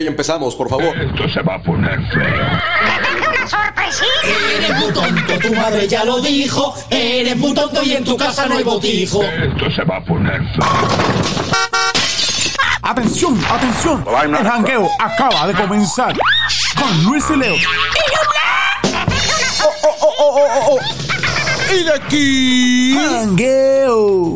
Y empezamos, por favor. Esto se va a poner feo. ¡Que tenga una sorpresita! Eres muy tonto, tu madre ya lo dijo. Eres muy tonto y en tu casa no hay botijo. Esto se va a poner feo. Atención, atención. El jangueo acaba de comenzar con Luis y Leo. Y de aquí, jangueo.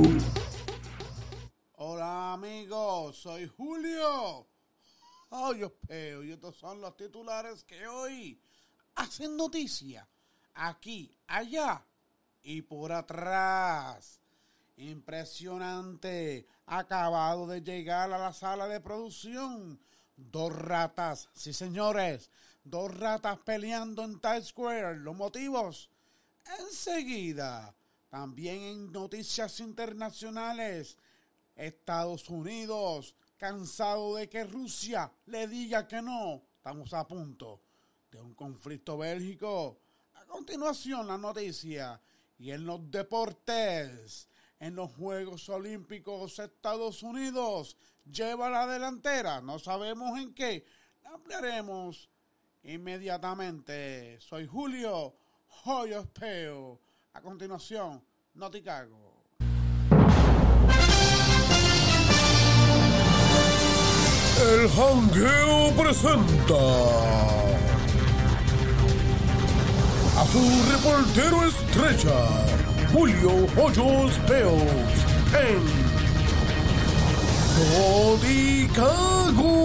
Hola amigos, soy Julio. Yo espero, y estos son los titulares que hoy hacen noticia. Aquí, allá y por atrás. Impresionante. Acabado de llegar a la sala de producción. 2 ratas, sí señores. 2 ratas peleando en Times Square. Los motivos, enseguida. También en noticias internacionales. Estados Unidos, cansado de que Rusia le diga que no. Estamos a punto de un conflicto bélico. A continuación la noticia. Y en los deportes, en los Juegos Olímpicos, Estados Unidos lleva la delantera. No sabemos en qué. La ampliaremos inmediatamente. Soy Julio Hoyo Espeo. A continuación, Noticago. El jangueo presenta a su reportero estrella, Julio Hoyos Peos, en Noticago.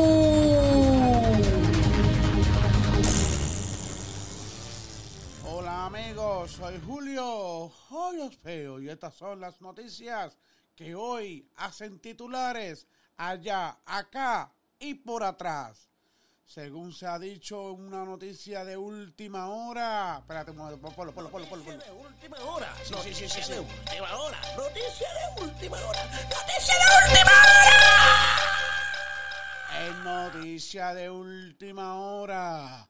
Hola amigos, soy Julio Hoyos Peos y estas son las noticias que hoy hacen titulares allá, acá y por atrás. Según se ha dicho en una noticia de última hora. Espérate un momento, ponlo. Noticia de última hora. Noticia de última hora. Noticia de última hora. Noticia de última hora. Es noticia de última hora.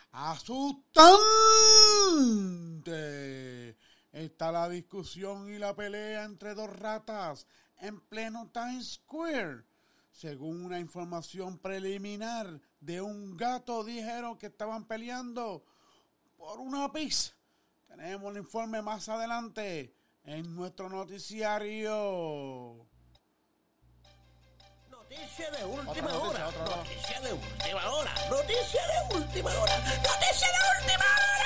Asustante. Está la discusión y la pelea entre 2 ratas en pleno Times Square. Según una información preliminar de un gato, dijeron que estaban peleando por una pizza. Tenemos el informe más adelante en nuestro noticiario. Noticia de última hora. Noticia de última hora. Noticia de última hora. Noticia de última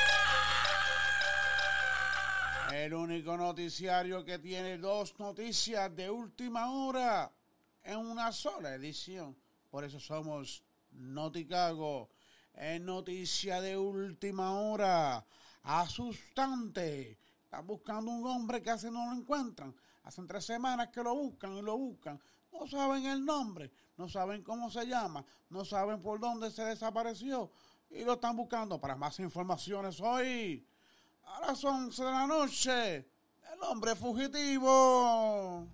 hora. El único noticiario que tiene 2 noticias de última hora en una sola edición. Por eso somos Noticago. Es noticia de última hora. Asustante. Están buscando un hombre que hace no lo encuentran. Hacen 3 semanas que lo buscan y lo buscan. No saben el nombre. No saben cómo se llama. No saben por dónde se desapareció. Y lo están buscando. Para más informaciones hoy, a las 11 de la noche, el hombre fugitivo.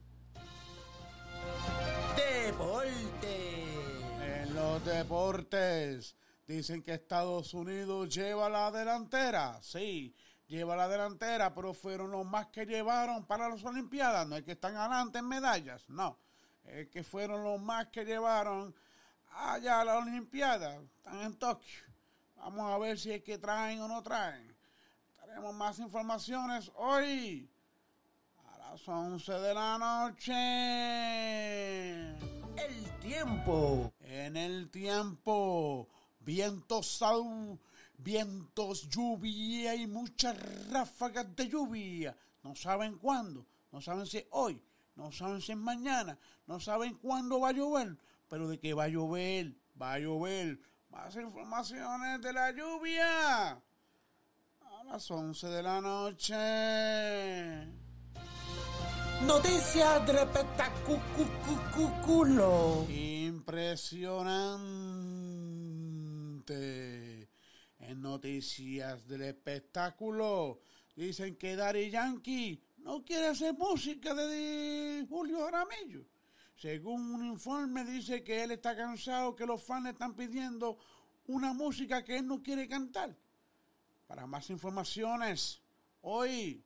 Deporte. En los deportes, dicen que Estados Unidos lleva la delantera. Sí, lleva la delantera, pero fueron los más que llevaron para las Olimpiadas. No es que están adelante en medallas, no. Es que fueron los más que llevaron allá a la Olimpiada. Están en Tokio. Vamos a ver si es que traen o no traen. Tenemos más informaciones hoy a las 11 de la noche. El tiempo. En el tiempo, vientos, lluvia y muchas ráfagas de lluvia. No saben cuándo, no saben si es hoy, no saben si es mañana, no saben cuándo va a llover, pero de que va a llover, va a llover. Más informaciones de la lluvia a las 11 de la noche. Noticias del espectáculo. Impresionante. En noticias del espectáculo, dicen que Daddy Yankee no quiere hacer música de Julio Jaramillo. Según un informe, dice que él está cansado, que los fans le están pidiendo una música que él no quiere cantar. Para más informaciones, hoy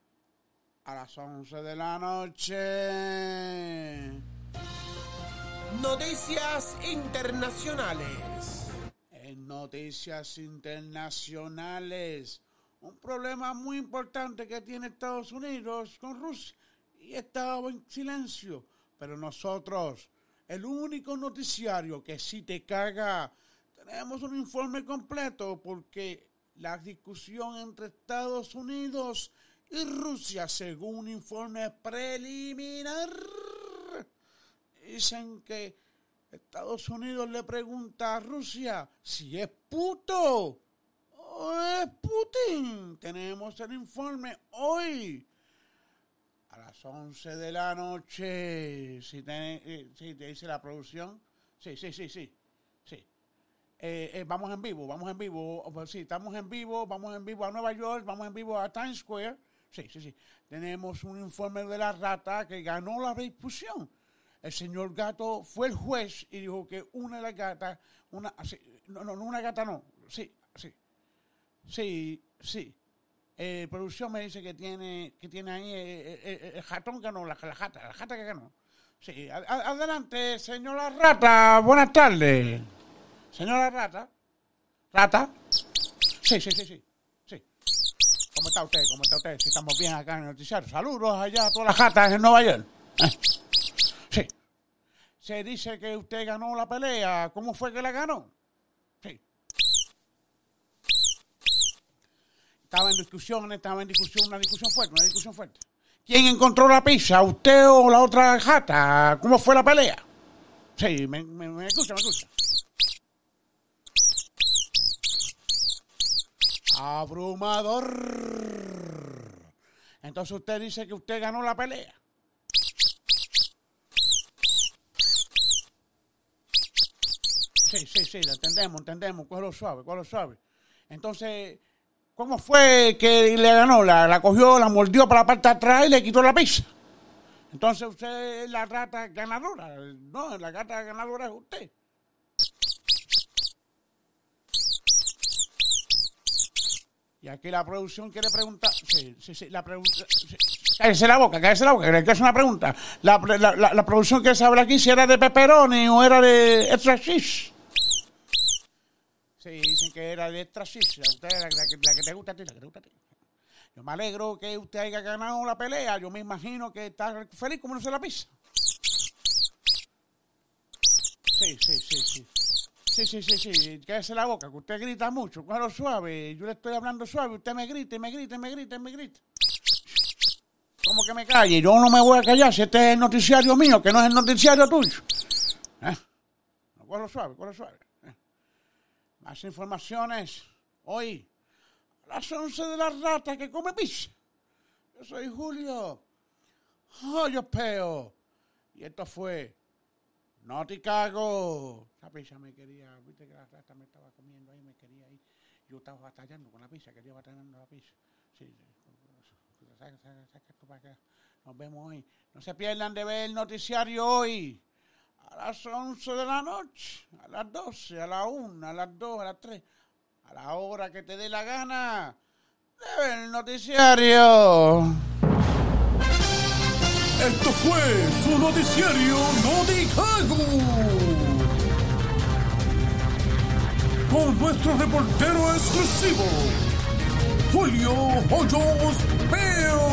a las 11 de la noche. Noticias internacionales. En noticias internacionales, un problema muy importante que tiene Estados Unidos con Rusia y estaba en silencio. Pero nosotros, el único noticiario que si te caga, tenemos un informe completo porque la discusión entre Estados Unidos y Rusia, según un informe preliminar, dicen que Estados Unidos le pregunta a Rusia si es puto o es Putin. Tenemos el informe hoy a las 11 de la noche. Si te dice la producción. Sí. Vamos en vivo. Sí, estamos en vivo. Vamos en vivo a Nueva York. Vamos en vivo a Times Square. Sí. Tenemos un informe de la rata que ganó la discusión. El señor Gato fue el juez y dijo que una de las gatas, Sí. Producción me dice que tiene ahí el ratón que ganó, la jata que ganó. Sí, adelante, señora Rata, buenas tardes. Señora Rata. Sí. ¿Cómo está usted? Si estamos bien acá en el noticiario. Saludos allá a todas las ratas en Nueva York. Sí. Se dice que usted ganó la pelea. ¿Cómo fue que la ganó? Sí. Estaba en discusión, una discusión fuerte. ¿Quién encontró la pizza? ¿Usted o la otra jata? ¿Cómo fue la pelea? Sí, me escucha. Abrumador. Entonces usted dice que usted ganó la pelea. Sí, lo entendemos, cógelo suave. Entonces, ¿cómo fue que le ganó? La cogió, la mordió para la parte de atrás y le quitó la pizza. Entonces usted es la rata ganadora. No, la rata ganadora es usted. Y aquí la producción quiere preguntar. Sí, la pregunta. Sí. Cállese la boca, que es una pregunta. La producción quiere saber aquí si era de pepperoni o era de extra cheese. Sí, dicen que era de extra cheese. Usted la que te gusta a ti, Yo me alegro que usted haya ganado la pelea. Yo me imagino que está feliz comiéndose la pizza. Sí. Cállese la boca, que usted grita mucho. Cógelo suave. Yo le estoy hablando suave. Usted me grita. ¿Cómo que me calle? Yo no me voy a callar si este es el noticiario mío, que no es el noticiario tuyo. No, cógelo suave. Más informaciones hoy a las 11 de la rata que come pizza. Yo soy Julio. Yo peo. Y esto fue No te cago. Esa pizza me quería, viste que la rata me estaba comiendo ahí, me quería ir. Yo estaba batallando con la pizza, quería batallando la pizza. Sí. Saca esto para acá. Nos vemos hoy. No se pierdan de ver el noticiario hoy. A las 11 de la noche, a las 12, a las 1, a las 2, a las 3, a la hora que te dé la gana de ver el noticiario. Esto fue su noticiario No Te Cago, con nuestro reportero exclusivo, Julio Hoyos Peo.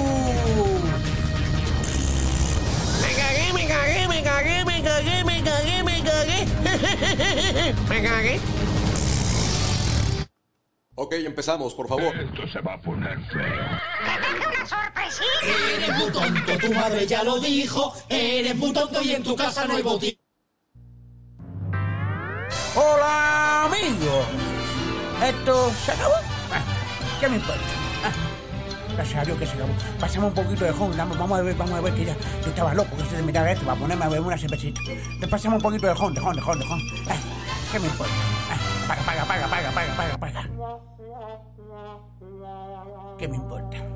Me cagué. Ok, empezamos, por favor. Esto se va a poner feo. ¡Te traje una sorpresita! Eres muy tonto, tu madre ya lo dijo. Eres muy tonto y en tu casa no hay botín. Hola, amigos. ¿Esto se acabó? ¿Qué me importa? Gracias a Dios que se acabó. Pasamos un poquito de Honda. Vamos a ver que ya yo estaba loco que se terminaba esto para ponerme a beber una cervecita. Le pasamos un poquito de Honda. ¿Qué me importa? Paga. ¿Qué me importa?